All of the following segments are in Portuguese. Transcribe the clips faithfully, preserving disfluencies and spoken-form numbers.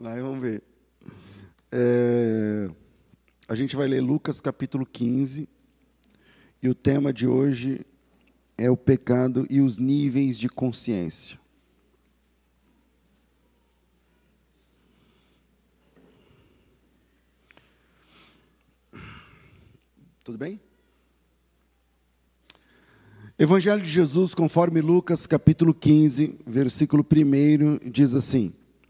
Vai, vamos ver. É, a gente vai ler Lucas capítulo quinze, e o tema de hoje é o pecado e os níveis de consciência. Tudo bem? Evangelho de Jesus, conforme Lucas capítulo quinze, versículo um, diz assim: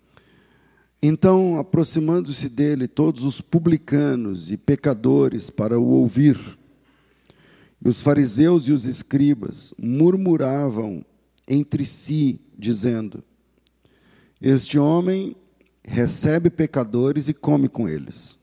Então, aproximando-se dele todos os publicanos e pecadores para o ouvir, e os fariseus e os escribas murmuravam entre si, dizendo: Este homem recebe pecadores e come com eles.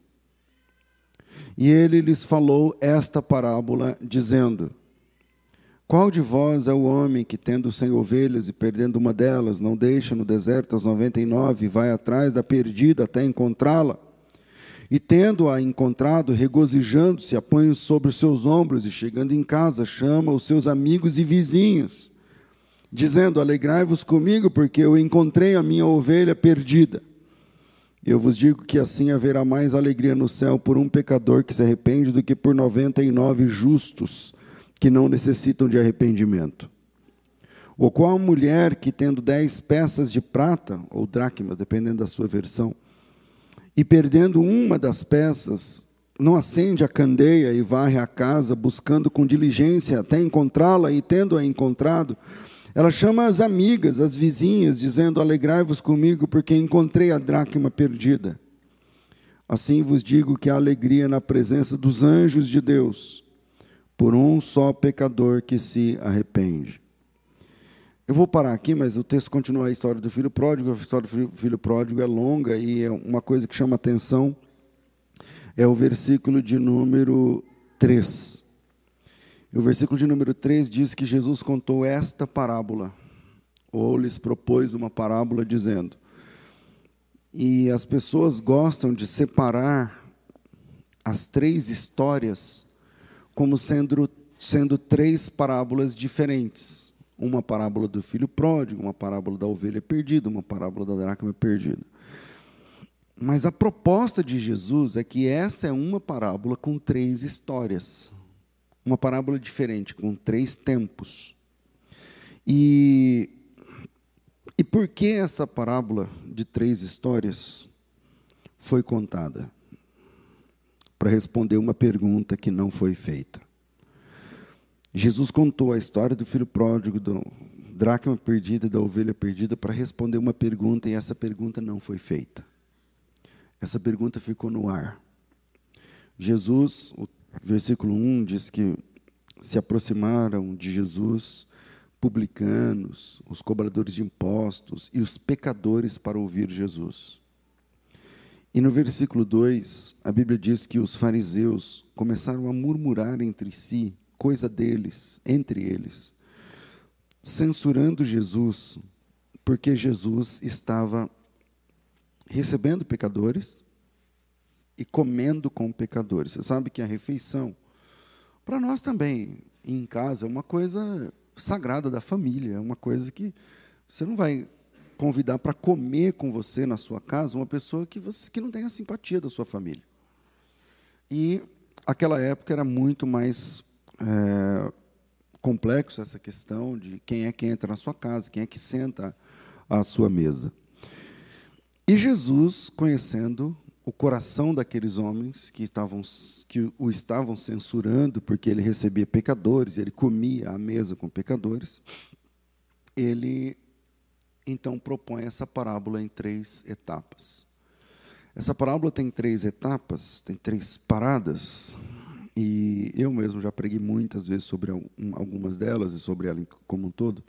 E ele lhes falou esta parábola, dizendo: Qual de vós é o homem que, tendo cem ovelhas e perdendo uma delas, não deixa no deserto as noventa e nove e vai atrás da perdida até encontrá-la? E tendo-a encontrado, regozijando-se, a põe sobre os seus ombros e, chegando em casa, chama os seus amigos e vizinhos, dizendo: Alegrai-vos comigo, porque eu encontrei a minha ovelha perdida. Eu vos digo que assim haverá mais alegria no céu por um pecador que se arrepende do que por noventa e nove justos que não necessitam de arrependimento. Ou qual mulher que, tendo dez peças de prata, ou dracmas, dependendo da sua versão, e perdendo uma das peças, não acende a candeia e varre a casa, buscando com diligência até encontrá-la, e tendo-a encontrado, ela chama as amigas, as vizinhas, dizendo: Alegrai-vos comigo, porque encontrei a dracma perdida. Assim vos digo que há alegria na presença dos anjos de Deus por um só pecador que se arrepende. Eu vou parar aqui, mas o texto continua a história do filho pródigo. A história do filho pródigo é longa, e é uma coisa que chama atenção é o versículo de número três. E o versículo de número três diz que Jesus contou esta parábola, ou lhes propôs uma parábola, dizendo, e as pessoas gostam de separar as três histórias como sendo, sendo três parábolas diferentes. Uma parábola do filho pródigo, uma parábola da ovelha perdida, uma parábola da dracma perdida. Mas a proposta de Jesus é que essa é uma parábola com três histórias. Uma parábola diferente, com três tempos. E, e por que essa parábola de três histórias foi contada? Para responder uma pergunta que não foi feita. Jesus contou a história do filho pródigo, da dracma perdida e da ovelha perdida para responder uma pergunta, e essa pergunta não foi feita. Essa pergunta ficou no ar. Jesus, o versículo um diz que se aproximaram de Jesus publicanos, os cobradores de impostos e os pecadores para ouvir Jesus. E no versículo dois, a Bíblia diz que os fariseus começaram a murmurar entre si, coisa deles, entre eles, censurando Jesus, porque Jesus estava recebendo pecadores e comendo com pecadores. Você sabe que a refeição, para nós também, em casa, é uma coisa sagrada da família, é uma coisa que você não vai convidar para comer com você na sua casa uma pessoa que, você, que não tem a simpatia da sua família. E aquela época era muito mais é, complexo essa questão de quem é que entra na sua casa, quem é que senta à sua mesa. E Jesus, conhecendo o coração daqueles homens que, estavam, que o estavam censurando, porque ele recebia pecadores, ele comia à mesa com pecadores, ele então propõe essa parábola em três etapas. Essa parábola tem três etapas, tem três paradas, e eu mesmo já preguei muitas vezes sobre algumas delas e sobre ela como um todo,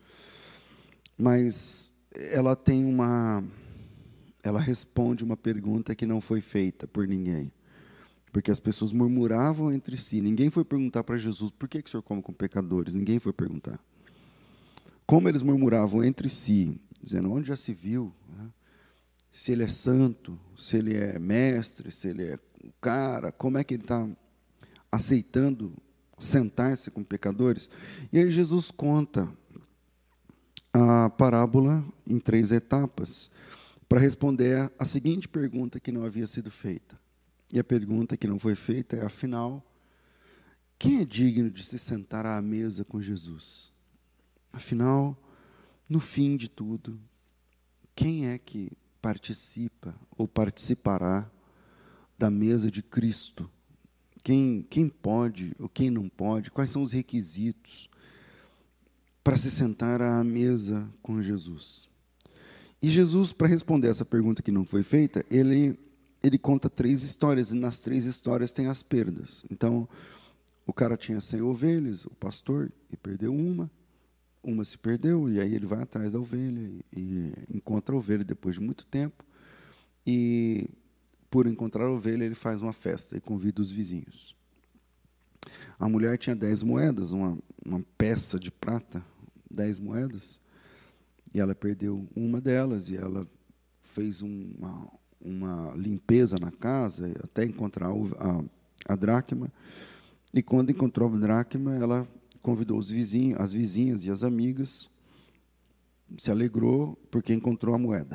mas ela tem uma, ela responde uma pergunta que não foi feita por ninguém, porque as pessoas murmuravam entre si. Ninguém foi perguntar para Jesus: por que, que o senhor come com pecadores? Ninguém foi perguntar. Como eles murmuravam entre si, dizendo: onde já se viu, né? Se ele é santo, se ele é mestre, se ele é o cara, como é que ele está aceitando sentar-se com pecadores? E aí Jesus conta a parábola em três etapas. para responder a seguinte pergunta que não havia sido feita. E a pergunta que não foi feita é, afinal, quem é digno de se sentar à mesa com Jesus? Afinal, no fim de tudo, quem é que participa ou participará da mesa de Cristo? Quem, quem pode ou quem não pode? Quais são os requisitos para se sentar à mesa com Jesus? E Jesus, para responder essa pergunta que não foi feita, ele, ele conta três histórias, e nas três histórias tem as perdas. Então, o cara tinha cem ovelhas, o pastor, e perdeu uma, uma se perdeu, e aí ele vai atrás da ovelha, e, e encontra a ovelha depois de muito tempo, e por encontrar a ovelha, ele faz uma festa e convida os vizinhos. A mulher tinha dez moedas, uma, uma peça de prata, dez moedas, e ela perdeu uma delas, e ela fez uma, uma limpeza na casa, até encontrar a, a dracma. E quando encontrou a dracma, ela convidou os vizinhos, as vizinhas e as amigas, se alegrou porque encontrou a moeda.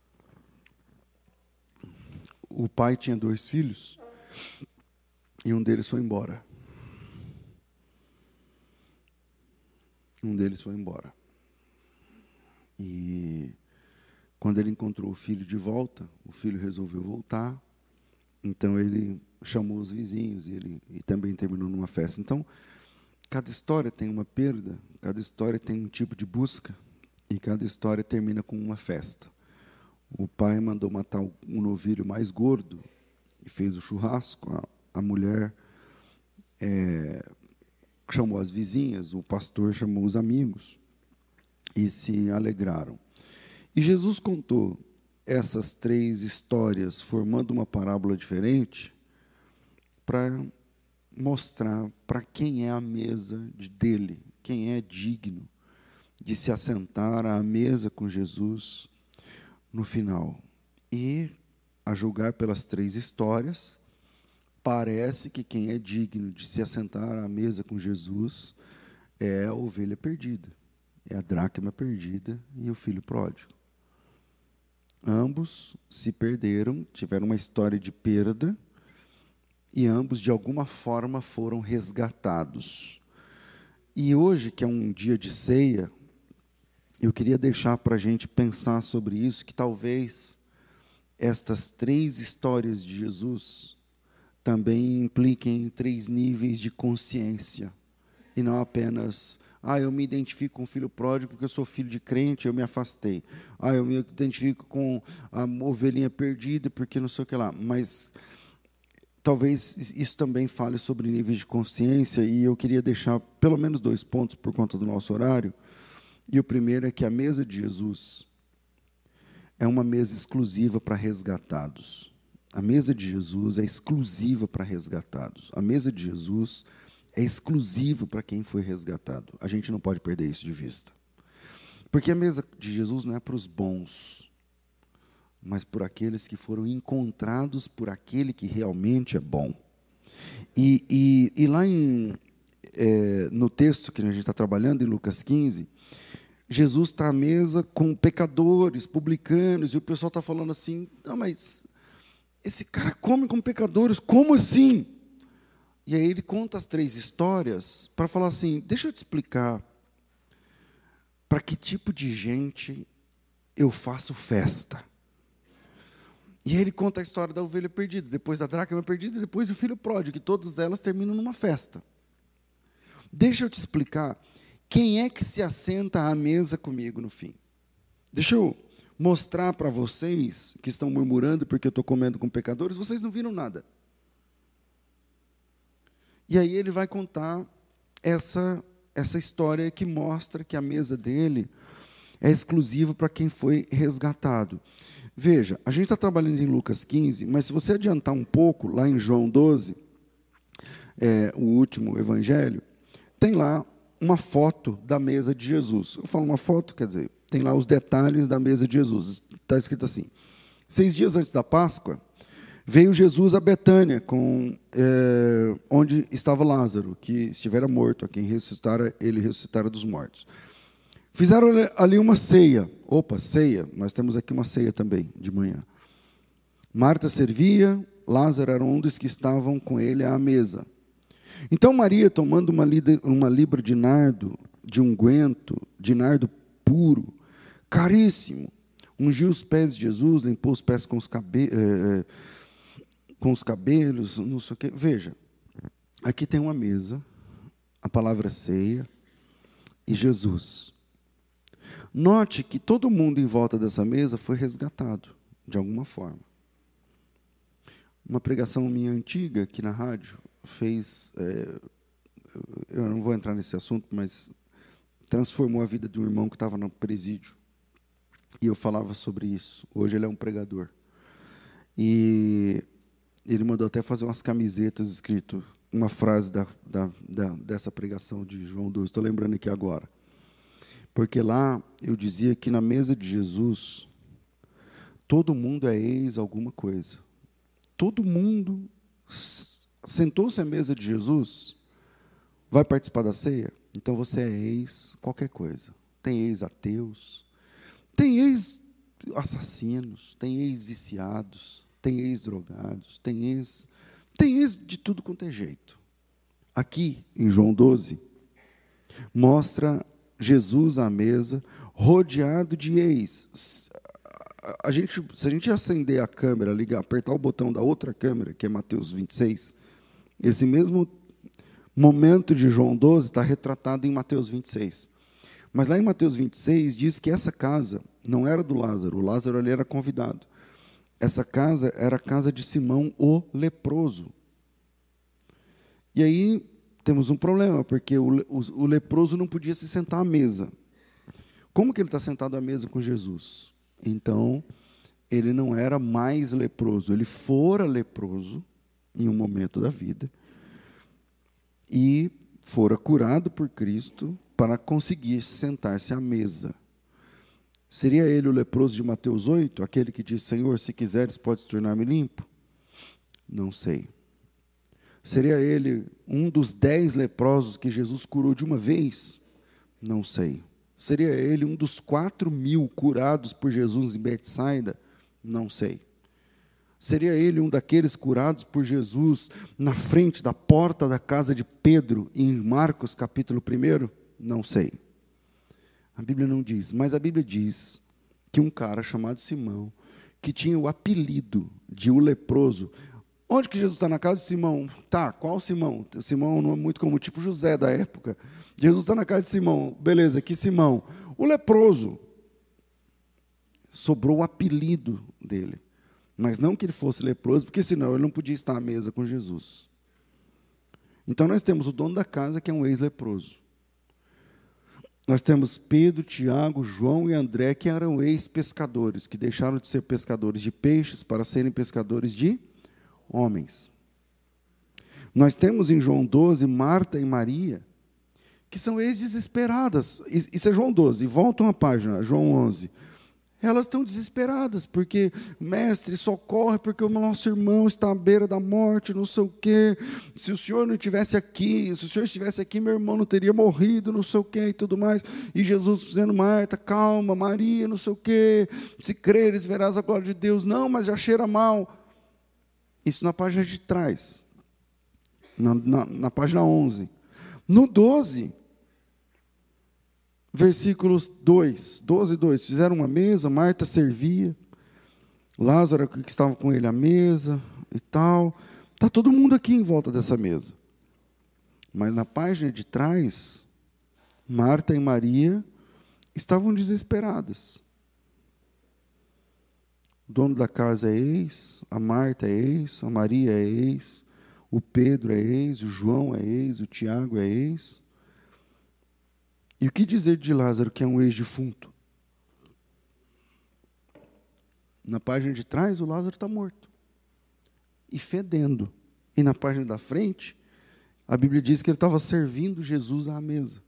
O pai tinha dois filhos, e um deles foi embora. Um deles foi embora. E quando ele encontrou o filho de volta, o filho resolveu voltar, então ele chamou os vizinhos e ele e também terminou numa festa. Então, cada história tem uma perda, cada história tem um tipo de busca, e cada história termina com uma festa. O pai mandou matar um novilho mais gordo e fez o churrasco. A, a mulher é, chamou as vizinhas, o pastor chamou os amigos, e se alegraram. E Jesus contou essas três histórias, formando uma parábola diferente, para mostrar para quem é a mesa dele, quem é digno de se assentar à mesa com Jesus no final. E, a julgar pelas três histórias, parece que quem é digno de se assentar à mesa com Jesus é a ovelha perdida. É a dracma perdida e o filho pródigo. Ambos se perderam, tiveram uma história de perda, e ambos, de alguma forma, foram resgatados. E hoje, que é um dia de ceia, eu queria deixar para a gente pensar sobre isso, que talvez estas três histórias de Jesus também impliquem em três níveis de consciência, e não apenas... Ah, eu me identifico com o filho pródigo porque eu sou filho de crente, eu me afastei. Ah, eu me identifico com a ovelhinha perdida porque não sei o que lá. Mas talvez isso também fale sobre níveis de consciência, e eu queria deixar pelo menos dois pontos por conta do nosso horário. E o primeiro é que a mesa de Jesus é uma mesa exclusiva para resgatados. A mesa de Jesus é exclusiva para resgatados. A mesa de Jesus é exclusivo para quem foi resgatado. A gente não pode perder isso de vista. Porque a mesa de Jesus não é para os bons, mas por aqueles que foram encontrados por aquele que realmente é bom. E, e, e lá em, é, no texto que a gente está trabalhando, em Lucas quinze, Jesus está à mesa com pecadores, publicanos, e o pessoal está falando assim, não, mas esse cara come com pecadores, como assim? E aí ele conta as três histórias para falar assim, deixa eu te explicar para que tipo de gente eu faço festa. E aí ele conta a história da ovelha perdida, depois da dracma perdida, e depois do filho pródigo, que todas elas terminam numa festa. Deixa eu te explicar quem é que se assenta à mesa comigo no fim. Deixa eu mostrar para vocês que estão murmurando porque eu estou comendo com pecadores, vocês não viram nada. E aí ele vai contar essa, essa história que mostra que a mesa dele é exclusiva para quem foi resgatado. Veja, a gente está trabalhando em Lucas quinze, mas se você adiantar um pouco, lá em João doze, é, o último evangelho, tem lá uma foto da mesa de Jesus. Eu falo uma foto, quer dizer, tem lá os detalhes da mesa de Jesus. Está escrito assim, seis dias antes da Páscoa, veio Jesus a Betânia, com, é, onde estava Lázaro, que estivera morto, a quem ressuscitara, ele ressuscitara dos mortos. Fizeram ali uma ceia. Opa, ceia. Nós temos aqui uma ceia também, de manhã. Marta servia, Lázaro era um dos que estavam com ele à mesa. Então Maria, tomando uma, uma libra de nardo, de unguento, de nardo puro, caríssimo, ungiu os pés de Jesus, limpou os pés com os, cabe eh, com os cabelos, não sei o quê. Veja, aqui tem uma mesa, a palavra ceia e Jesus. Note que todo mundo em volta dessa mesa foi resgatado, de alguma forma. Uma pregação minha antiga aqui na rádio fez, é, eu não vou entrar nesse assunto, mas transformou a vida de um irmão que estava no presídio. E eu falava sobre isso. Hoje ele é um pregador. E ele mandou até fazer umas camisetas escrito uma frase da, da, da, dessa pregação de João doze. Estou lembrando aqui agora. Porque lá eu dizia que na mesa de Jesus, todo mundo é ex alguma coisa. Todo mundo sentou-se à mesa de Jesus, vai participar da ceia, então você é ex qualquer coisa. Tem ex-ateus, tem ex-assassinos, tem ex-viciados, tem ex-drogados, tem ex... Tem ex de tudo quanto é jeito. Aqui, em João doze, mostra Jesus à mesa, rodeado de ex. A gente, se a gente acender a câmera, ligar, apertar o botão da outra câmera, que é Mateus vinte e seis, esse mesmo momento de João doze está retratado em Mateus vinte e seis. Mas lá em Mateus vinte e seis diz que essa casa não era do Lázaro, o Lázaro ali era convidado. Essa casa era a casa de Simão, o leproso. E aí temos um problema, porque o, o, o leproso não podia se sentar à mesa. Como que ele está sentado à mesa com Jesus? Então, ele não era mais leproso, ele fora leproso em um momento da vida e fora curado por Cristo para conseguir sentar-se à mesa. Seria ele o leproso de Mateus oito, aquele que diz, Senhor, se quiseres, podes tornar-me limpo? Não sei. Seria ele um dos dez leprosos que Jesus curou de uma vez? Não sei. Seria ele um dos quatro mil curados por Jesus em Betsaida? Não sei. Seria ele um daqueles curados por Jesus na frente da porta da casa de Pedro, em Marcos capítulo um? Não sei. A Bíblia não diz, mas a Bíblia diz que um cara chamado Simão, que tinha o apelido de o leproso. Onde que Jesus está? Na casa de Simão. Tá, qual Simão? Simão não é muito como tipo José da época. Jesus está na casa de Simão. Beleza, que Simão? O leproso. Sobrou o apelido dele. Mas não que ele fosse leproso, porque senão ele não podia estar à mesa com Jesus. Então nós temos o dono da casa, que é um ex-leproso. Nós temos Pedro, Tiago, João e André, que eram ex-pescadores, que deixaram de ser pescadores de peixes para serem pescadores de homens. Nós temos em João doze, Marta e Maria, que são ex-desesperadas. Isso é João doze, voltam a página, João onze. Elas estão desesperadas, porque, mestre, socorre, porque o nosso irmão está à beira da morte, não sei o quê. Se o senhor não estivesse aqui, se o senhor estivesse aqui, meu irmão não teria morrido, não sei o quê, e tudo mais. E Jesus dizendo, Marta, calma, Maria, não sei o quê. Se creres, verás a glória de Deus. Não, mas já cheira mal. Isso na página de trás, na, na, na página onze. No doze... Versículos dois, doze e dois. Fizeram uma mesa, Marta servia, Lázaro que estava com ele à mesa e tal. Está todo mundo aqui em volta dessa mesa. Mas na página de trás, Marta e Maria estavam desesperadas. O dono da casa é ex, a Marta é ex, a Maria é ex, o Pedro é ex, o João é ex, o Tiago é ex. E o que dizer de Lázaro, que é um ex-defunto? Na página de trás, o Lázaro está morto. E fedendo. E na página da frente, a Bíblia diz que ele estava servindo Jesus à mesa.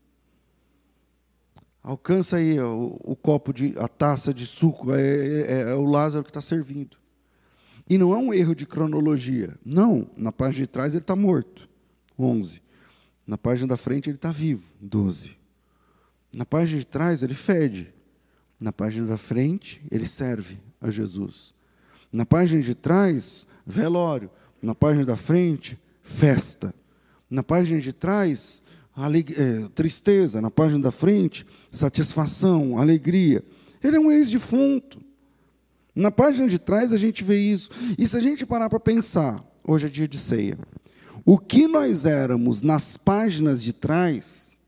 Alcança aí o, o copo, de, a taça de suco, é, é, é o Lázaro que está servindo. E não é um erro de cronologia. Não, na página de trás ele está morto, onze. Na página da frente ele está vivo, doze. Na página de trás, ele fede. Na página da frente, ele serve a Jesus. Na página de trás, velório. Na página da frente, festa. Na página de trás, aleg- é, tristeza. Na página da frente, satisfação, alegria. Ele é um ex-defunto. Na página de trás, a gente vê isso. E se a gente parar para pensar, hoje é dia de ceia, o que nós éramos nas páginas de trás,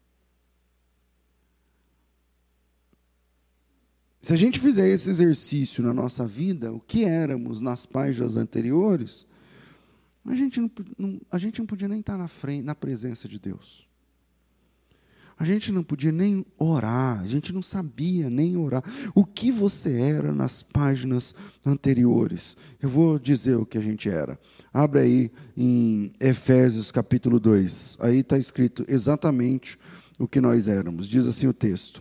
se a gente fizer esse exercício na nossa vida, o que éramos nas páginas anteriores, a gente não, não, a gente não podia nem estar na frente, na presença de Deus. A gente não podia nem orar, a gente não sabia nem orar. O que você era nas páginas anteriores? Eu vou dizer o que a gente era. Abre aí em Efésios capítulo dois. Aí está escrito exatamente o que nós éramos. Diz assim o texto.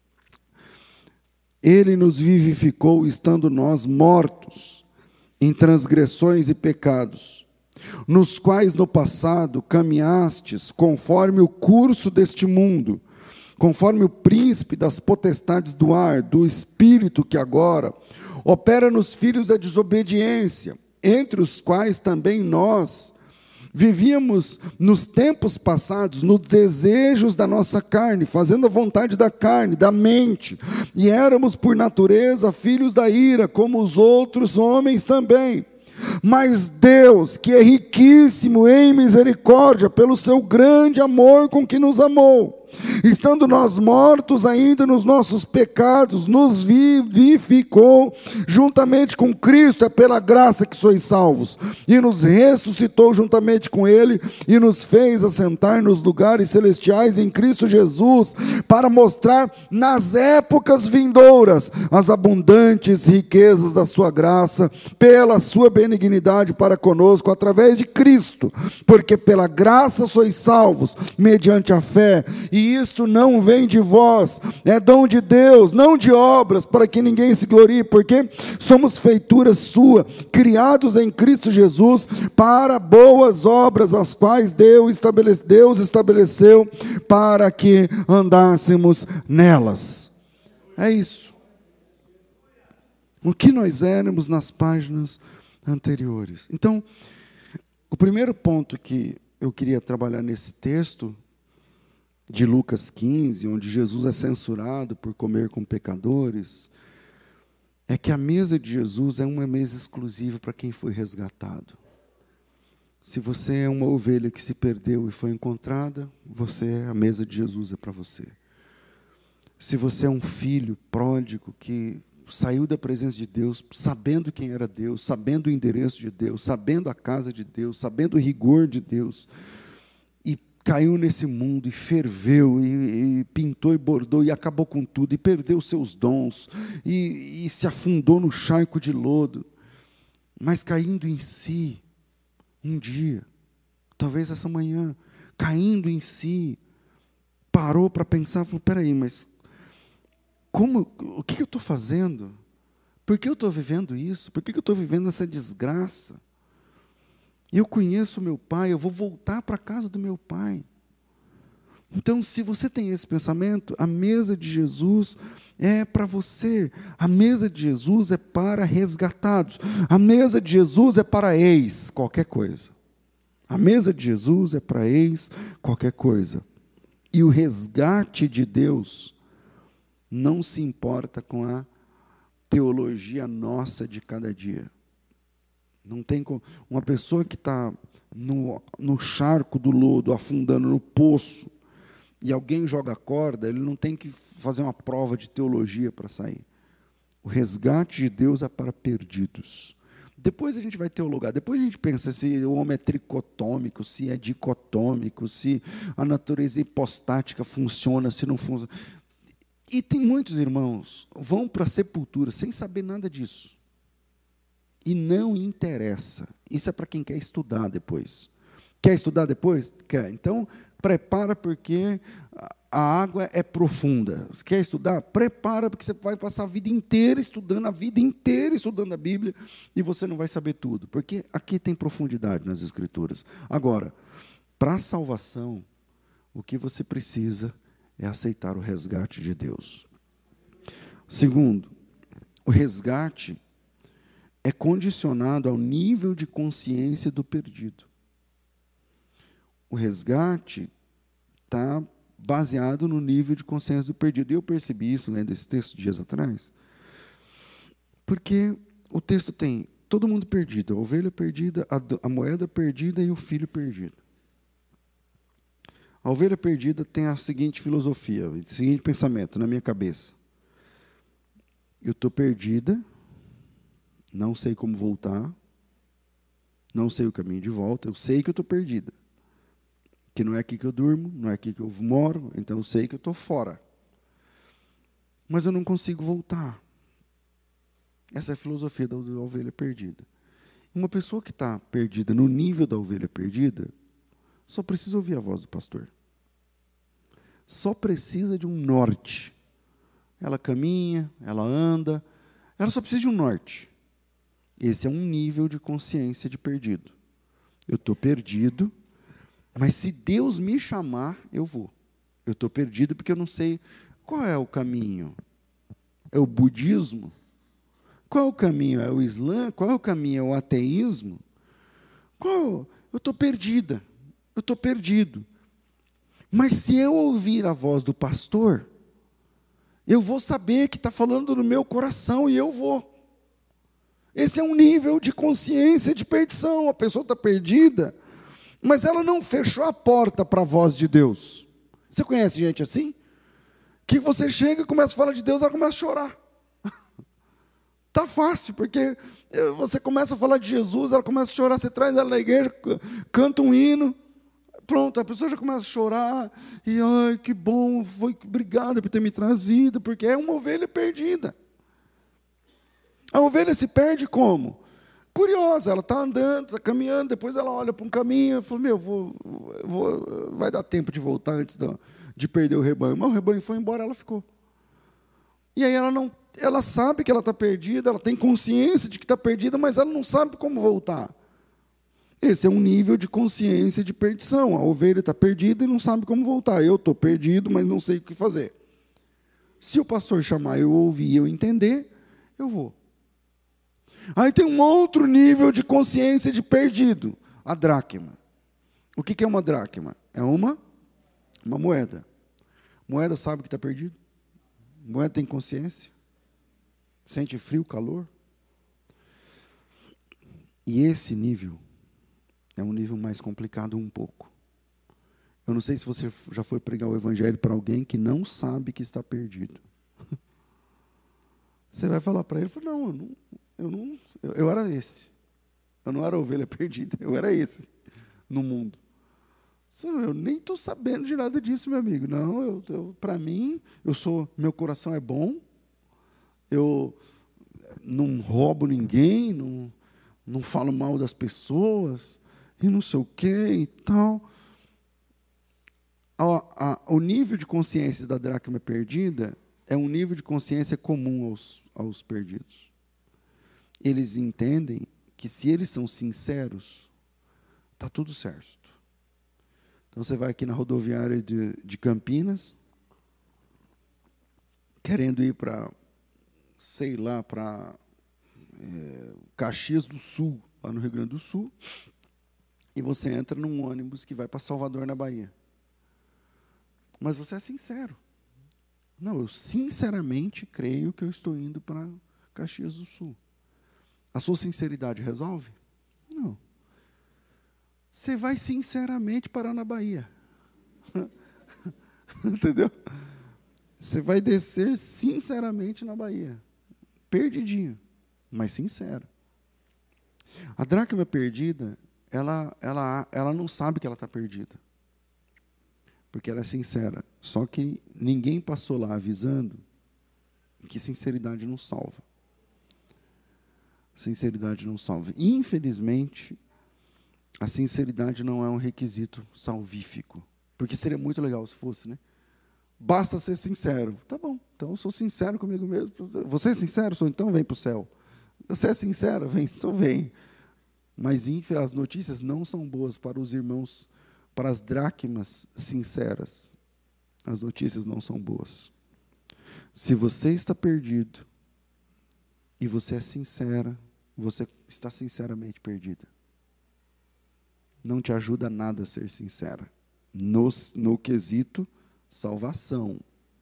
Ele nos vivificou, estando nós mortos em transgressões e pecados, nos quais no passado caminhastes conforme o curso deste mundo, conforme o príncipe das potestades do ar, do espírito que agora opera nos filhos da desobediência, entre os quais também nós vivíamos nos tempos passados, nos desejos da nossa carne, fazendo a vontade da carne, da mente, e éramos por natureza filhos da ira, como os outros homens também. Mas Deus, que é riquíssimo em misericórdia, pelo seu grande amor com que nos amou, estando nós mortos ainda nos nossos pecados, nos vivificou juntamente com Cristo, é pela graça que sois salvos, e nos ressuscitou juntamente com Ele, e nos fez assentar nos lugares celestiais em Cristo Jesus, para mostrar nas épocas vindouras as abundantes riquezas da sua graça, pela sua benignidade para conosco, através de Cristo, porque pela graça sois salvos, mediante a fé, e isto não vem de vós, é dom de Deus, não de obras, para que ninguém se glorie, porque somos feitura sua, criados em Cristo Jesus, para boas obras, as quais Deus estabeleceu, Deus estabeleceu para que andássemos nelas. É isso. O que nós éramos nas páginas anteriores. Então, o primeiro ponto que eu queria trabalhar nesse texto de Lucas quinze, onde Jesus é censurado por comer com pecadores, é que a mesa de Jesus é uma mesa exclusiva para quem foi resgatado. Se você é uma ovelha que se perdeu e foi encontrada, você, a mesa de Jesus é para você. Se você é um filho pródigo que saiu da presença de Deus, sabendo quem era Deus, sabendo o endereço de Deus, sabendo a casa de Deus, sabendo o rigor de Deus, caiu nesse mundo e ferveu, e, e pintou e bordou, e acabou com tudo, e perdeu seus dons, e, e se afundou no charco de lodo, mas caindo em si, um dia, talvez essa manhã, caindo em si, parou para pensar, falou, peraí, mas como, o que eu estou fazendo? Por que eu estou vivendo isso? Por que eu estou vivendo essa desgraça? Eu conheço o meu pai, eu vou voltar para a casa do meu pai. Então, se você tem esse pensamento, a mesa de Jesus é para você. A mesa de Jesus é para resgatados. A mesa de Jesus é para ex, qualquer coisa. A mesa de Jesus é para ex, qualquer coisa. E o resgate de Deus não se importa com a teologia nossa de cada dia. Não tem como. Uma pessoa que está no, no charco do lodo, afundando no poço, e alguém joga a corda, ele não tem que fazer uma prova de teologia para sair. O resgate de Deus é para perdidos. Depois a gente vai teologar, depois a gente pensa se o homem é tricotômico, se é dicotômico, se a natureza hipostática funciona, se não funciona. E tem muitos irmãos vão para a sepultura sem saber nada disso. E não interessa. Isso é para quem quer estudar depois. Quer estudar depois? Quer. Então, prepara, porque a água é profunda. Você quer estudar? Prepara, porque você vai passar a vida inteira estudando, a vida inteira estudando a Bíblia, e você não vai saber tudo, porque aqui tem profundidade nas Escrituras. Agora, para a salvação, o que você precisa é aceitar o resgate de Deus. Segundo, o resgate é condicionado ao nível de consciência do perdido. O resgate está baseado no nível de consciência do perdido. E eu percebi isso lendo esse texto dias atrás, porque o texto tem todo mundo perdido, a ovelha perdida, a, a moeda perdida e o filho perdido. A ovelha perdida tem a seguinte filosofia, o seguinte pensamento na minha cabeça: eu estou perdida, não sei como voltar, não sei o caminho de volta, eu sei que eu estou perdida, que não é aqui que eu durmo, não é aqui que eu moro, então eu sei que eu estou fora, mas eu não consigo voltar. Essa é a filosofia da ovelha perdida. Uma pessoa que está perdida no nível da ovelha perdida só precisa ouvir a voz do pastor. Só precisa de um norte. Ela caminha, ela anda, ela só precisa de um norte. Esse é um nível de consciência de perdido. Eu estou perdido, mas se Deus me chamar, eu vou. Eu estou perdido porque eu não sei qual é o caminho. É o budismo? Qual é o caminho? É o Islã? Qual é o caminho? É o ateísmo? Qual? Eu estou perdida. Eu estou perdido. Mas se eu ouvir a voz do pastor, eu vou saber que está falando no meu coração e eu vou. Esse é um nível de consciência de perdição. A pessoa está perdida, mas ela não fechou a porta para a voz de Deus. Você conhece gente assim? Que você chega e começa a falar de Deus, ela começa a chorar. Está fácil, porque você começa a falar de Jesus, ela começa a chorar, você traz ela na igreja, canta um hino, pronto, a pessoa já começa a chorar, e ai, que bom, foi, obrigado por ter me trazido, porque é uma ovelha perdida. A ovelha se perde como? Curiosa, ela está andando, está caminhando, depois ela olha para um caminho, e fala, meu, vou, vou, vai dar tempo de voltar antes de, de perder o rebanho. Mas o rebanho foi embora, ela ficou. E aí ela não Ela sabe que ela está perdida, ela tem consciência de que está perdida, mas ela não sabe como voltar. Esse é um nível de consciência de perdição. A ovelha está perdida e não sabe como voltar. Eu estou perdido, mas não sei o que fazer. Se o pastor chamar, eu ouvir e eu entender, eu vou. Aí tem um outro nível de consciência de perdido, a dracma. O que é uma dracma? É uma, uma moeda. Moeda sabe que está perdido? Moeda tem consciência? Sente frio, calor? E esse nível é um nível mais complicado um pouco. Eu não sei se você já foi pregar o evangelho para alguém que não sabe que está perdido. Você vai falar para ele, fala, não, eu não, eu não, eu, eu era esse. Eu não era ovelha perdida, eu era esse no mundo. Eu nem estou sabendo de nada disso, meu amigo. Não, eu, eu, para mim, eu sou, meu coração é bom. Eu não roubo ninguém, não, não falo mal das pessoas, e não sei o quê e tal. A, a, o nível de consciência da dracma perdida é um nível de consciência comum aos, aos perdidos. Eles entendem que se eles são sinceros, está tudo certo. Então você vai aqui na rodoviária de, de Campinas, querendo ir para, sei lá, para é, Caxias do Sul, lá no Rio Grande do Sul, e você entra num ônibus que vai para Salvador, na Bahia. Mas você é sincero. Não, eu sinceramente creio que eu estou indo para Caxias do Sul. A sua sinceridade resolve? Não. Você vai sinceramente parar na Bahia. Entendeu? Você vai descer sinceramente na Bahia. Perdidinho, mas sincero. A dracma perdida, ela, ela, ela não sabe que ela está perdida. Porque ela é sincera. Só que ninguém passou lá avisando que sinceridade não salva. Sinceridade não salva. Infelizmente, a sinceridade não é um requisito salvífico. Porque seria muito legal se fosse, né? Basta ser sincero. Tá bom, então eu sou sincero comigo mesmo. Você é sincero? Sou, então vem para o céu. Você é sincero? Vem, então vem. Mas as notícias não são boas para os irmãos, para as dracmas sinceras. as notícias não são boas. Se você está perdido e você é sincera, você está sinceramente perdida. Não te ajuda nada a ser sincera. No, no quesito salvação.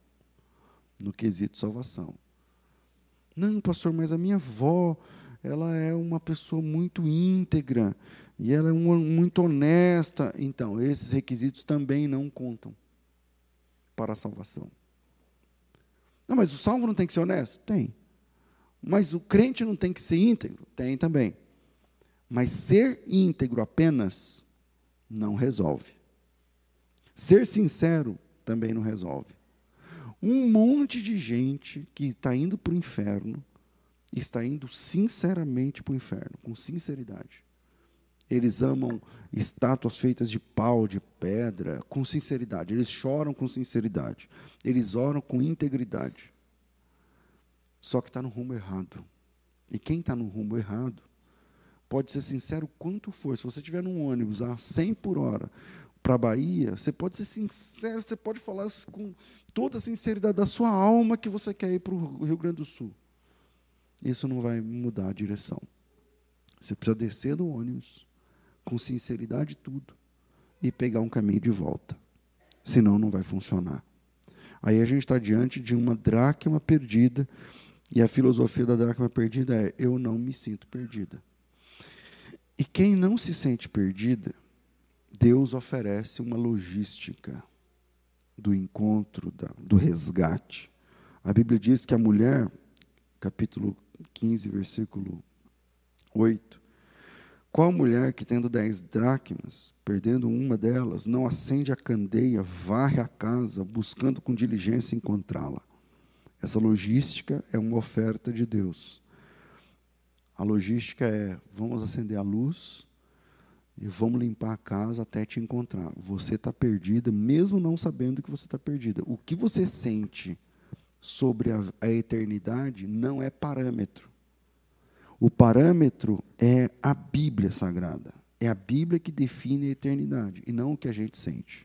No quesito salvação. Não, pastor, mas a minha avó, ela é uma pessoa muito íntegra, e ela é uma, muito honesta. Então, esses requisitos também não contam para a salvação. Não, mas o salvo não tem que ser honesto? Tem. Mas o crente não tem que ser íntegro? Tem também. Mas ser íntegro apenas não resolve. Ser sincero também não resolve. Um monte de gente que está indo para o inferno, está indo sinceramente para o inferno, com sinceridade. Eles amam estátuas feitas de pau, de pedra, com sinceridade. Eles choram com sinceridade. Eles oram com integridade. Só que está no rumo errado. E quem está no rumo errado, pode ser sincero quanto for. Se você estiver num ônibus a cem por hora para a Bahia, você pode ser sincero, você pode falar com toda a sinceridade da sua alma que você quer ir para o Rio Grande do Sul. Isso não vai mudar a direção. Você precisa descer do ônibus, com sinceridade e tudo, e pegar um caminho de volta. Senão não vai funcionar. Aí a gente está diante de uma dracma perdida, e a filosofia da dracma perdida é: eu não me sinto perdida. E quem não se sente perdida, Deus oferece uma logística do encontro, da, do resgate. A Bíblia diz que a mulher, capítulo quinze, versículo oito, qual mulher que, tendo dez dracmas, perdendo uma delas, não acende a candeia, varre a casa, buscando com diligência encontrá-la? Essa logística é uma oferta de Deus. A logística é: vamos acender a luz e vamos limpar a casa até te encontrar. Você está perdida, mesmo não sabendo que você está perdida. O que você sente sobre a, a eternidade não é parâmetro. O parâmetro é a Bíblia Sagrada. É a Bíblia que define a eternidade, e não o que a gente sente.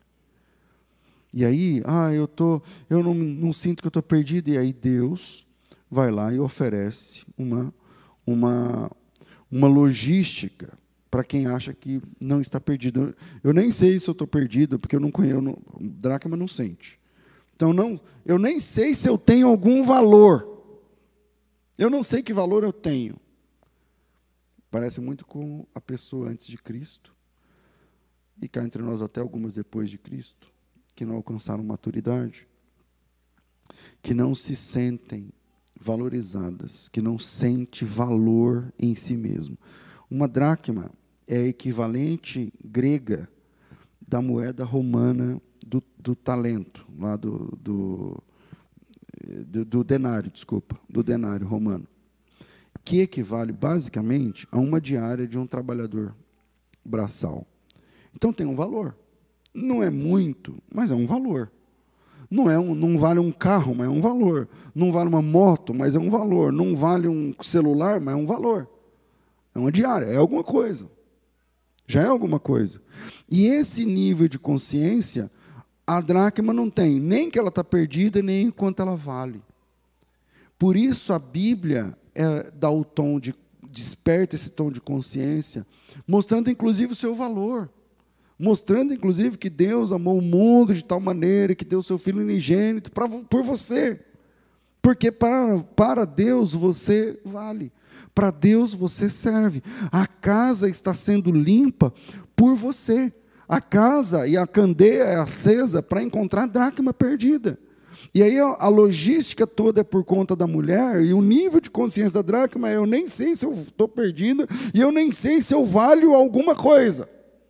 E aí, ah, eu, tô, eu não, não sinto que eu estou perdido, e aí Deus vai lá e oferece uma, uma, uma logística para quem acha que não está perdido. Eu, eu nem sei se eu estou perdido, porque eu não conheço, não, o dracma não sente. Então, não, eu nem sei se eu tenho algum valor. Eu não sei que valor eu tenho. Parece muito com a pessoa antes de Cristo, e cá entre nós até algumas depois de Cristo, que não alcançaram maturidade, que não se sentem valorizadas, que não sente valor em si mesmo. Uma dracma é a equivalente grega da moeda romana do, do talento, lá do, do, do, do denário, desculpa, do denário romano, que equivale basicamente a uma diária de um trabalhador braçal. Então tem um valor. Não é muito, mas é um valor. Não, é um, não vale um carro, mas é um valor. Não vale uma moto, mas é um valor. Não vale um celular, mas é um valor. É uma diária, é alguma coisa. Já é alguma coisa. E esse nível de consciência, a dracma não tem, nem que ela está perdida, nem quanto ela vale. Por isso a Bíblia é, dá o tom de, desperta esse tom de consciência, mostrando inclusive o seu valor. Mostrando, inclusive, que Deus amou o mundo de tal maneira que deu o seu Filho unigênito pra, por você. Porque para, para Deus você vale. Para Deus você serve. A casa está sendo limpa por você. A casa e a candeia é acesa para encontrar a dracma perdida. E aí a logística toda é por conta da mulher, e o nível de consciência da dracma é: eu nem sei se eu estou perdida, e eu nem sei se eu valho alguma coisa.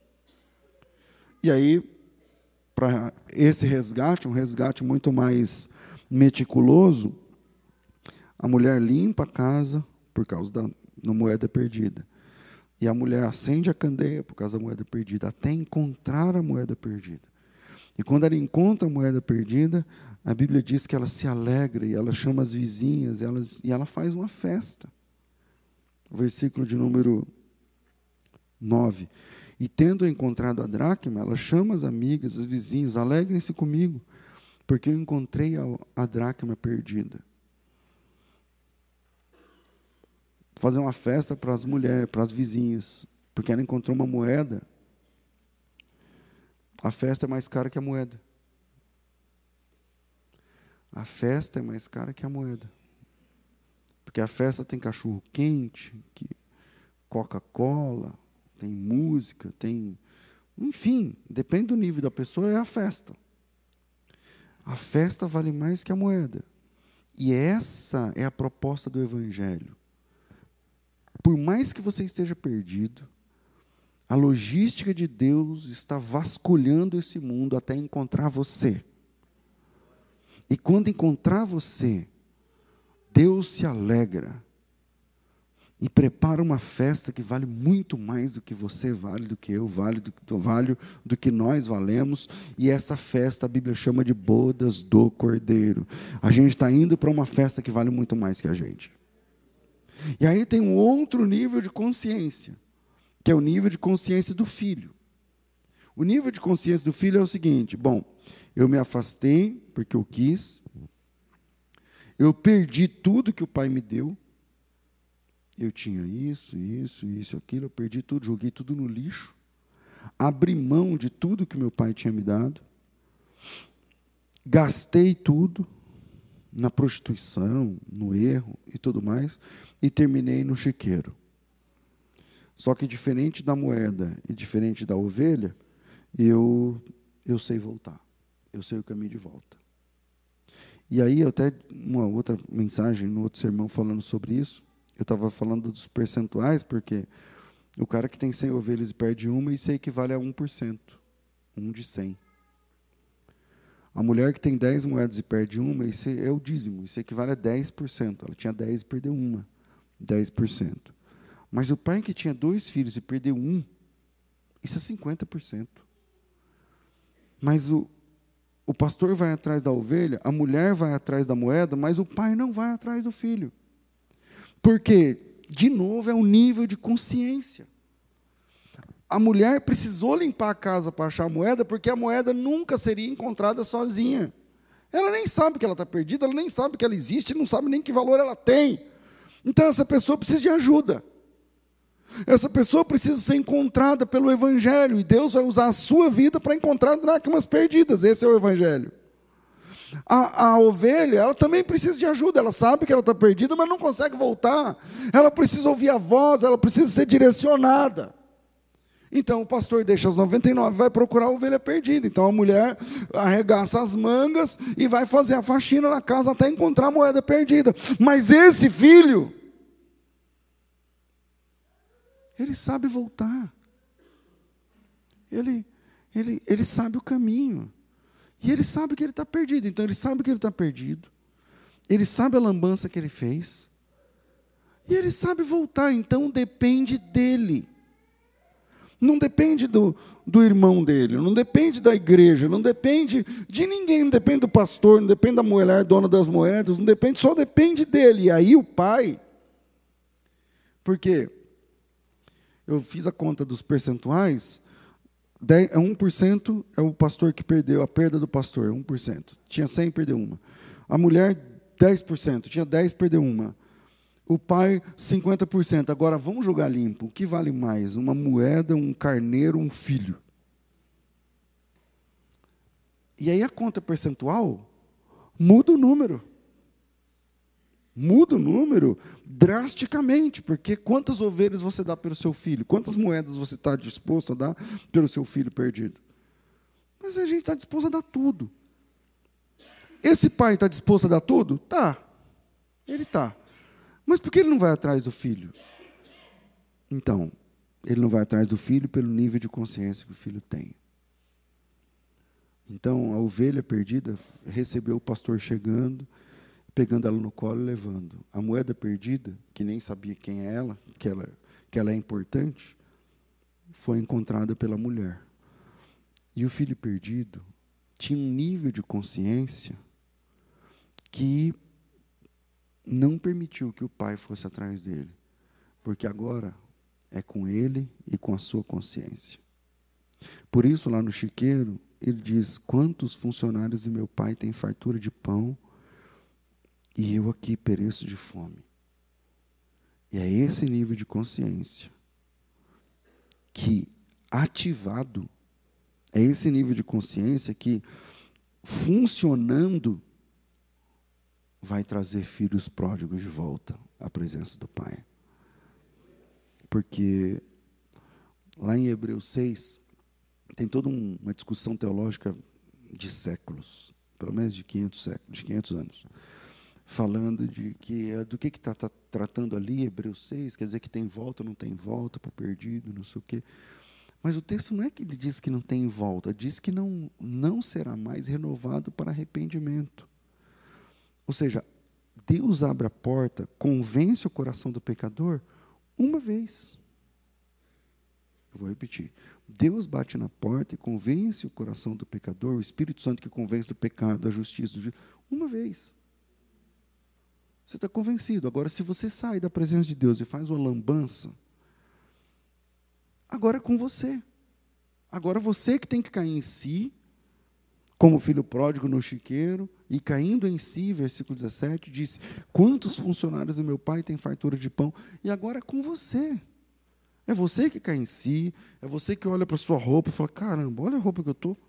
E aí, para esse resgate, um resgate muito mais meticuloso, a mulher limpa a casa por causa da, da moeda perdida. E a mulher acende a candeia por causa da moeda perdida, até encontrar a moeda perdida. E quando ela encontra a moeda perdida, a Bíblia diz que ela se alegra, e ela chama as vizinhas, elas, e ela faz uma festa. O versículo de número nove. E tendo encontrado a dracma, ela chama as amigas, os vizinhos: alegrem-se comigo, porque eu encontrei a, a dracma perdida. Fazer uma festa para as mulheres, para as vizinhas, porque ela encontrou uma moeda. A festa é mais cara que a moeda. A festa é mais cara que a moeda. Porque a festa tem cachorro quente, que Coca-Cola, tem música, tem... Enfim, depende do nível da pessoa, é a festa. A festa vale mais que a moeda. E essa é a proposta do Evangelho. Por mais que você esteja perdido, a logística de Deus está vasculhando esse mundo até encontrar você. E quando encontrar você, Deus se alegra e prepara uma festa que vale muito mais do que você vale, do que eu vale, do que vale, do que nós valemos. E essa festa a Bíblia chama de bodas do Cordeiro. A gente está indo para uma festa que vale muito mais que a gente. E aí tem um outro nível de consciência, que é o nível de consciência do filho. O nível de consciência do filho é o seguinte: bom, eu me afastei porque eu quis, eu perdi tudo que o pai me deu, eu tinha isso, isso, isso, aquilo, eu perdi tudo, joguei tudo no lixo, abri mão de tudo que meu pai tinha me dado, gastei tudo na prostituição, no erro e tudo mais, e terminei no chiqueiro. Só que diferente da moeda e diferente da ovelha, eu, eu sei voltar, eu sei o caminho de volta. E aí, até uma outra mensagem, no outro sermão falando sobre isso, eu estava falando dos percentuais, porque o cara que tem cem ovelhas e perde uma, isso equivale a um por cento, um de cem. A mulher que tem dez moedas e perde uma, isso é o dízimo, isso equivale a dez por cento. Ela tinha dez e perdeu uma, dez por cento. Mas o pai que tinha dois filhos e perdeu um, isso é cinquenta por cento. Mas o, o pastor vai atrás da ovelha, a mulher vai atrás da moeda, mas o pai não vai atrás do filho. Porque, de novo, é um nível de consciência. A mulher precisou limpar a casa para achar a moeda, porque a moeda nunca seria encontrada sozinha. Ela nem sabe que ela está perdida, ela nem sabe que ela existe, não sabe nem que valor ela tem. Então, essa pessoa precisa de ajuda. Essa pessoa precisa ser encontrada pelo Evangelho, e Deus vai usar a sua vida para encontrar dracmas perdidas. Esse é o Evangelho. A, a ovelha, ela também precisa de ajuda, ela sabe que ela está perdida, mas não consegue voltar. Ela precisa ouvir a voz, ela precisa ser direcionada. Então o pastor deixa as noventa e nove, vai procurar a ovelha perdida. Então a mulher arregaça as mangas e vai fazer a faxina na casa até encontrar a moeda perdida. Mas esse filho, ele sabe voltar. Ele, ele, ele sabe o caminho. E ele sabe que ele está perdido. Então ele sabe que ele está perdido. Ele sabe a lambança que ele fez. E ele sabe voltar. Então depende dele. Não depende do, do irmão dele, não depende da igreja, não depende de ninguém, não depende do pastor, não depende da mulher dona das moedas, não depende, só depende dele. E aí o pai, porque eu fiz a conta dos percentuais, um por cento é o pastor que perdeu, a perda do pastor, um por cento. Tinha cem, perdeu uma. A mulher, dez por cento, tinha dez, perdeu uma. O pai, cinquenta por cento. Agora, vamos jogar limpo. O que vale mais? Uma moeda, um carneiro, um filho? E aí a conta percentual muda o número. Muda o número drasticamente, porque quantas ovelhas você dá pelo seu filho? Quantas moedas você está disposto a dar pelo seu filho perdido? Mas a gente está disposto a dar tudo. Esse pai está disposto a dar tudo? Tá. Ele está. Mas por que ele não vai atrás do filho? Então, ele não vai atrás do filho pelo nível de consciência que o filho tem. Então, a ovelha perdida recebeu o pastor chegando, pegando ela no colo e levando. A moeda perdida, que nem sabia quem é ela, que ela, que ela é importante, foi encontrada pela mulher. E o filho perdido tinha um nível de consciência que não permitiu que o pai fosse atrás dele, porque agora é com ele e com a sua consciência. Por isso, lá no chiqueiro, ele diz: quantos funcionários do meu pai têm fartura de pão e eu aqui pereço de fome? E é esse nível de consciência que, ativado, é esse nível de consciência que, funcionando, vai trazer filhos pródigos de volta à presença do Pai. Porque lá em Hebreus seis, tem toda um, uma discussão teológica de séculos, pelo menos de quinhentos séculos, de quinhentos anos, falando de que do que está tá tratando ali, Hebreus seis, quer dizer que tem volta ou não tem volta para o perdido, não sei o quê. Mas o texto não é que ele diz que não tem volta, diz que não, não será mais renovado para arrependimento. Ou seja, Deus abre a porta, convence o coração do pecador uma vez. Eu vou repetir. Deus bate na porta e convence o coração do pecador, o Espírito Santo que convence do pecado, da justiça, do juízo, uma vez. Você está convencido. Agora, se você sai da presença de Deus e faz uma lambança, agora é com você. Agora você que tem que cair em si, como o filho pródigo no chiqueiro, e caindo em si, versículo dezessete, diz: quantos funcionários do meu pai têm fartura de pão? E agora é com você. É você que cai em si, é você que olha para a sua roupa e fala: caramba, olha a roupa que eu estou.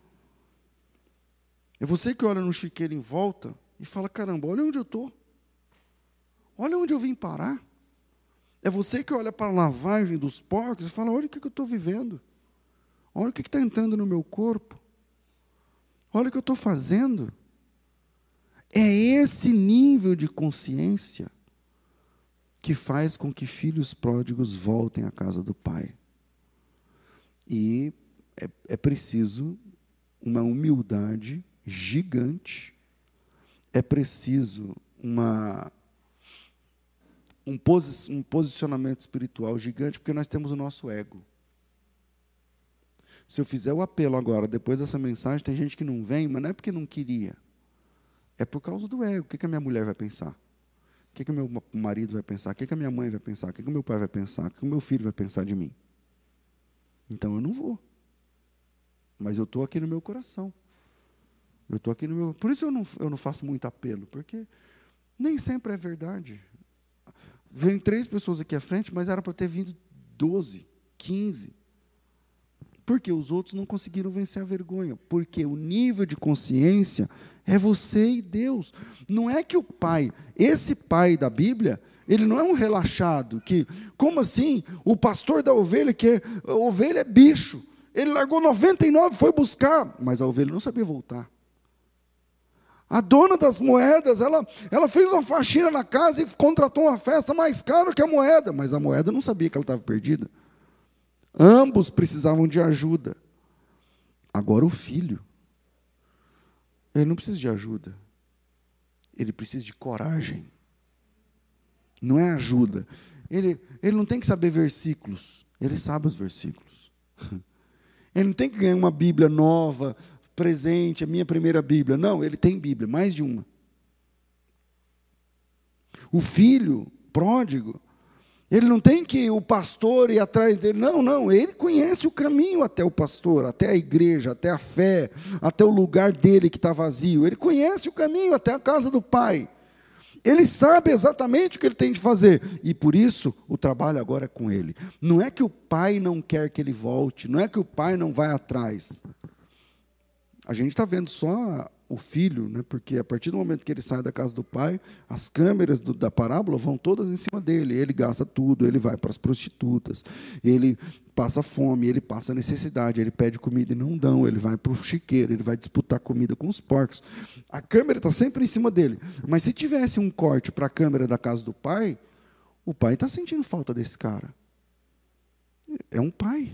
É você que olha no chiqueiro em volta e fala: caramba, olha onde eu estou. Olha onde eu vim parar. É você que olha para a lavagem dos porcos e fala: olha o que eu estou vivendo. Olha o que está entrando no meu corpo. Olha o que eu estou fazendo. É esse nível de consciência que faz com que filhos pródigos voltem à casa do Pai. E é, é preciso uma humildade gigante, é preciso uma, um, posi um posicionamento espiritual gigante, porque nós temos o nosso ego. Se eu fizer o apelo agora, depois dessa mensagem, tem gente que não vem, mas não é porque não queria. É por causa do ego. O que a minha mulher vai pensar? O que o meu marido vai pensar? O que a minha mãe vai pensar? O que o meu pai vai pensar? O que o meu filho vai pensar de mim? Então eu não vou. Mas eu estou aqui no meu coração. Eu estou aqui no meu... Por isso eu não, eu não faço muito apelo, porque nem sempre é verdade. Vem três pessoas aqui à frente, mas era para ter vindo doze, quinze. Porque os outros não conseguiram vencer a vergonha. Porque o nível de consciência é você e Deus. Não é que o pai, esse pai da Bíblia, ele não é um relaxado, que, como assim? O pastor da ovelha, que é, a ovelha é bicho. Ele largou noventa e nove e foi buscar, mas a ovelha não sabia voltar. A dona das moedas, ela, ela fez uma faxina na casa e contratou uma festa mais cara que a moeda, mas a moeda não sabia que ela estava perdida. Ambos precisavam de ajuda. Agora o filho, ele não precisa de ajuda. Ele precisa de coragem. Não é ajuda. Ele, ele não tem que saber versículos. Ele sabe os versículos. Ele não tem que ganhar uma Bíblia nova, presente, a minha primeira Bíblia. Não, ele tem Bíblia, mais de uma. O filho pródigo, ele não tem que o pastor ir atrás dele. Não, não. Ele conhece o caminho até o pastor, até a igreja, até a fé, até o lugar dele que está vazio. Ele conhece o caminho até a casa do Pai. Ele sabe exatamente o que ele tem de fazer. E por isso, o trabalho agora é com ele. Não é que o pai não quer que ele volte. Não é que o pai não vai atrás. A gente está vendo só o filho, né? Porque a partir do momento que ele sai da casa do pai, as câmeras do, da parábola vão todas em cima dele. Ele gasta tudo, ele vai para as prostitutas, ele passa fome, ele passa necessidade, ele pede comida e não dão, ele vai para o chiqueiro, ele vai disputar comida com os porcos. A câmera está sempre em cima dele. Mas se tivesse um corte para a câmera da casa do pai, o pai está sentindo falta desse cara. É um pai.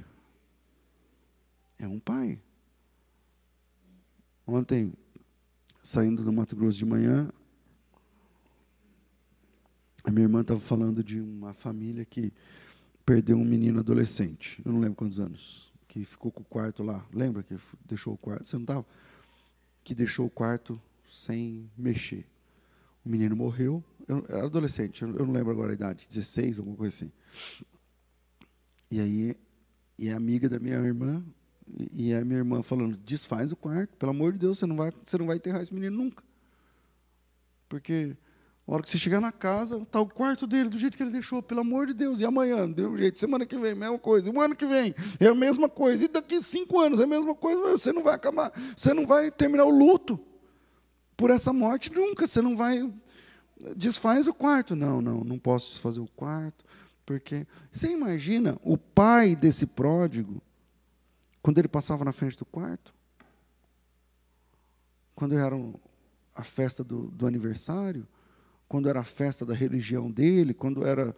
É um pai. Ontem, saindo do Mato Grosso de manhã, a minha irmã estava falando de uma família que perdeu um menino adolescente, eu não lembro quantos anos, que ficou com o quarto lá. Lembra que deixou o quarto? Você não estava? Que deixou o quarto sem mexer. O menino morreu, eu, era adolescente, eu não lembro agora a idade, dezesseis, alguma coisa assim. E aí, e a amiga da minha irmã E a minha irmã falando, desfaz o quarto, pelo amor de Deus, você não vai, você não vai enterrar esse menino nunca. Porque a hora que você chegar na casa, está o quarto dele do jeito que ele deixou, pelo amor de Deus. E amanhã, deu jeito, semana que vem, mesma coisa. E o ano que vem, é a mesma coisa. E daqui a cinco anos, é a mesma coisa. Você não vai acabar, você não vai terminar o luto por essa morte nunca. Você não vai, desfaz o quarto. Não, não, não posso desfazer o quarto. Porque, você imagina o pai desse pródigo, quando ele passava na frente do quarto? Quando era a festa do, do aniversário? Quando era a festa da religião dele, quando era...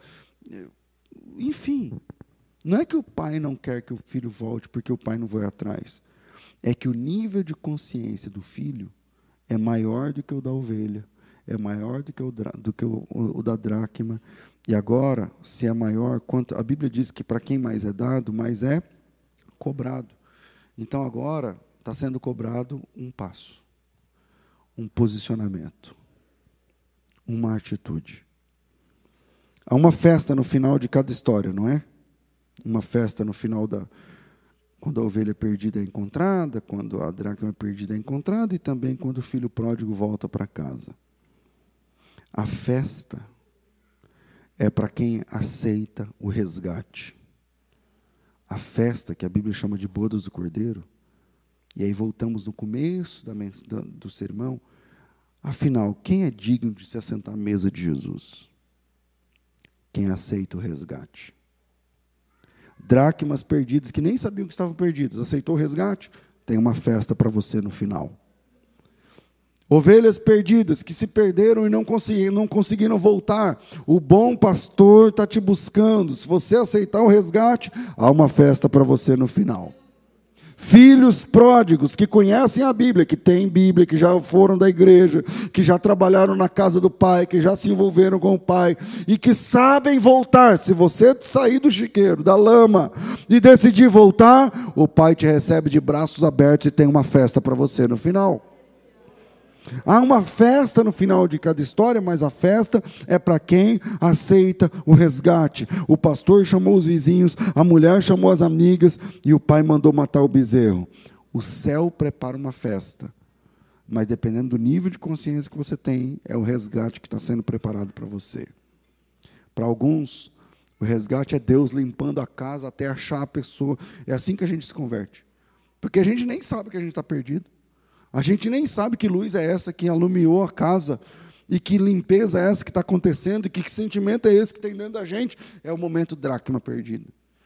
Enfim, não é que o pai não quer que o filho volte porque o pai não vai atrás. É que o nível de consciência do filho é maior do que o da ovelha, é maior do que o, do que o, o, o da dracma. E agora, se é maior, quanto a Bíblia diz que para quem mais é dado, mais é cobrado. Então agora está sendo cobrado um passo, um posicionamento, uma atitude. Há uma festa no final de cada história, não é? Uma festa no final da... Quando a ovelha perdida é encontrada, quando a dracma perdida é encontrada e também quando o filho pródigo volta para casa. A festa é para quem aceita o resgate. A festa, que a Bíblia chama de bodas do Cordeiro, e aí voltamos no começo da, do sermão. Afinal, quem é digno de se assentar à mesa de Jesus? Quem aceita o resgate. Dracmas perdidas, que nem sabiam que estavam perdidas, aceitou o resgate? Tem uma festa para você no final. Ovelhas perdidas, que se perderam e não conseguiram, não conseguiram voltar. O bom pastor está te buscando. Se você aceitar o resgate, há uma festa para você no final. Filhos pródigos que conhecem a Bíblia, que têm Bíblia, que já foram da igreja, que já trabalharam na casa do pai, que já se envolveram com o pai e que sabem voltar. Se você sair do chiqueiro, da lama e decidir voltar, o pai te recebe de braços abertos e tem uma festa para você no final. Há uma festa no final de cada história, mas a festa é para quem aceita o resgate. O pastor chamou os vizinhos, a mulher chamou as amigas e o pai mandou matar o bezerro. O céu prepara uma festa, mas dependendo do nível de consciência que você tem, é o resgate que está sendo preparado para você. Para alguns, o resgate é Deus limpando a casa até achar a pessoa. É assim que a gente se converte, porque a gente nem sabe que a gente está perdido. A gente nem sabe que luz é essa que alumiou a casa, e que limpeza é essa que está acontecendo, e que, que sentimento é esse que tem dentro da gente. É o momento dracma perdida.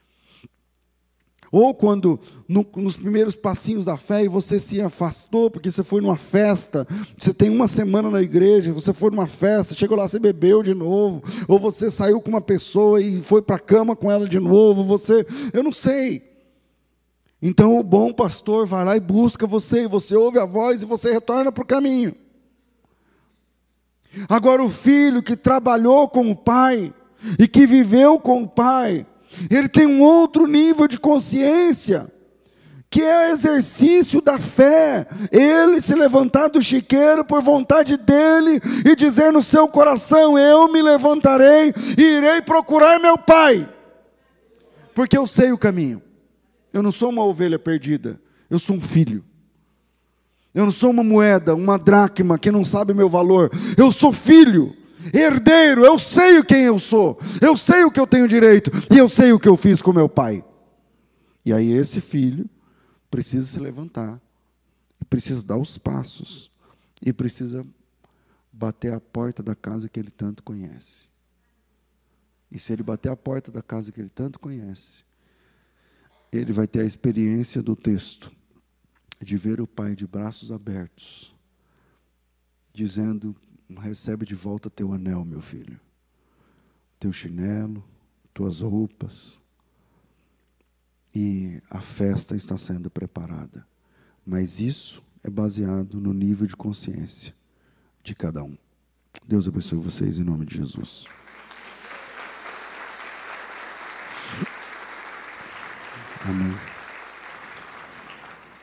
Ou quando, no, nos primeiros passinhos da fé, e você se afastou, porque você foi numa festa, você tem uma semana na igreja, você foi numa festa, chegou lá, você bebeu de novo, ou você saiu com uma pessoa e foi para a cama com ela de novo, você, eu não sei. Então o bom pastor vai lá e busca você, e você ouve a voz e você retorna para o caminho. Agora o filho que trabalhou com o pai, e que viveu com o pai, ele tem um outro nível de consciência, que é exercício da fé. Ele se levantar do chiqueiro por vontade dele, e dizer no seu coração, eu me levantarei e irei procurar meu pai, porque eu sei o caminho. Eu não sou uma ovelha perdida, eu sou um filho. Eu não sou uma moeda, uma dracma que não sabe meu valor. Eu sou filho, herdeiro, eu sei quem eu sou. Eu sei o que eu tenho direito, e eu sei o que eu fiz com meu pai. E aí esse filho precisa se levantar, e precisa dar os passos, e precisa bater a porta da casa que ele tanto conhece. E se ele bater a porta da casa que ele tanto conhece, ele vai ter a experiência do texto, de ver o pai de braços abertos, dizendo, recebe de volta teu anel, meu filho, teu chinelo, tuas roupas, e a festa está sendo preparada. Mas isso é baseado no nível de consciência de cada um. Deus abençoe vocês em nome de Jesus. Amém.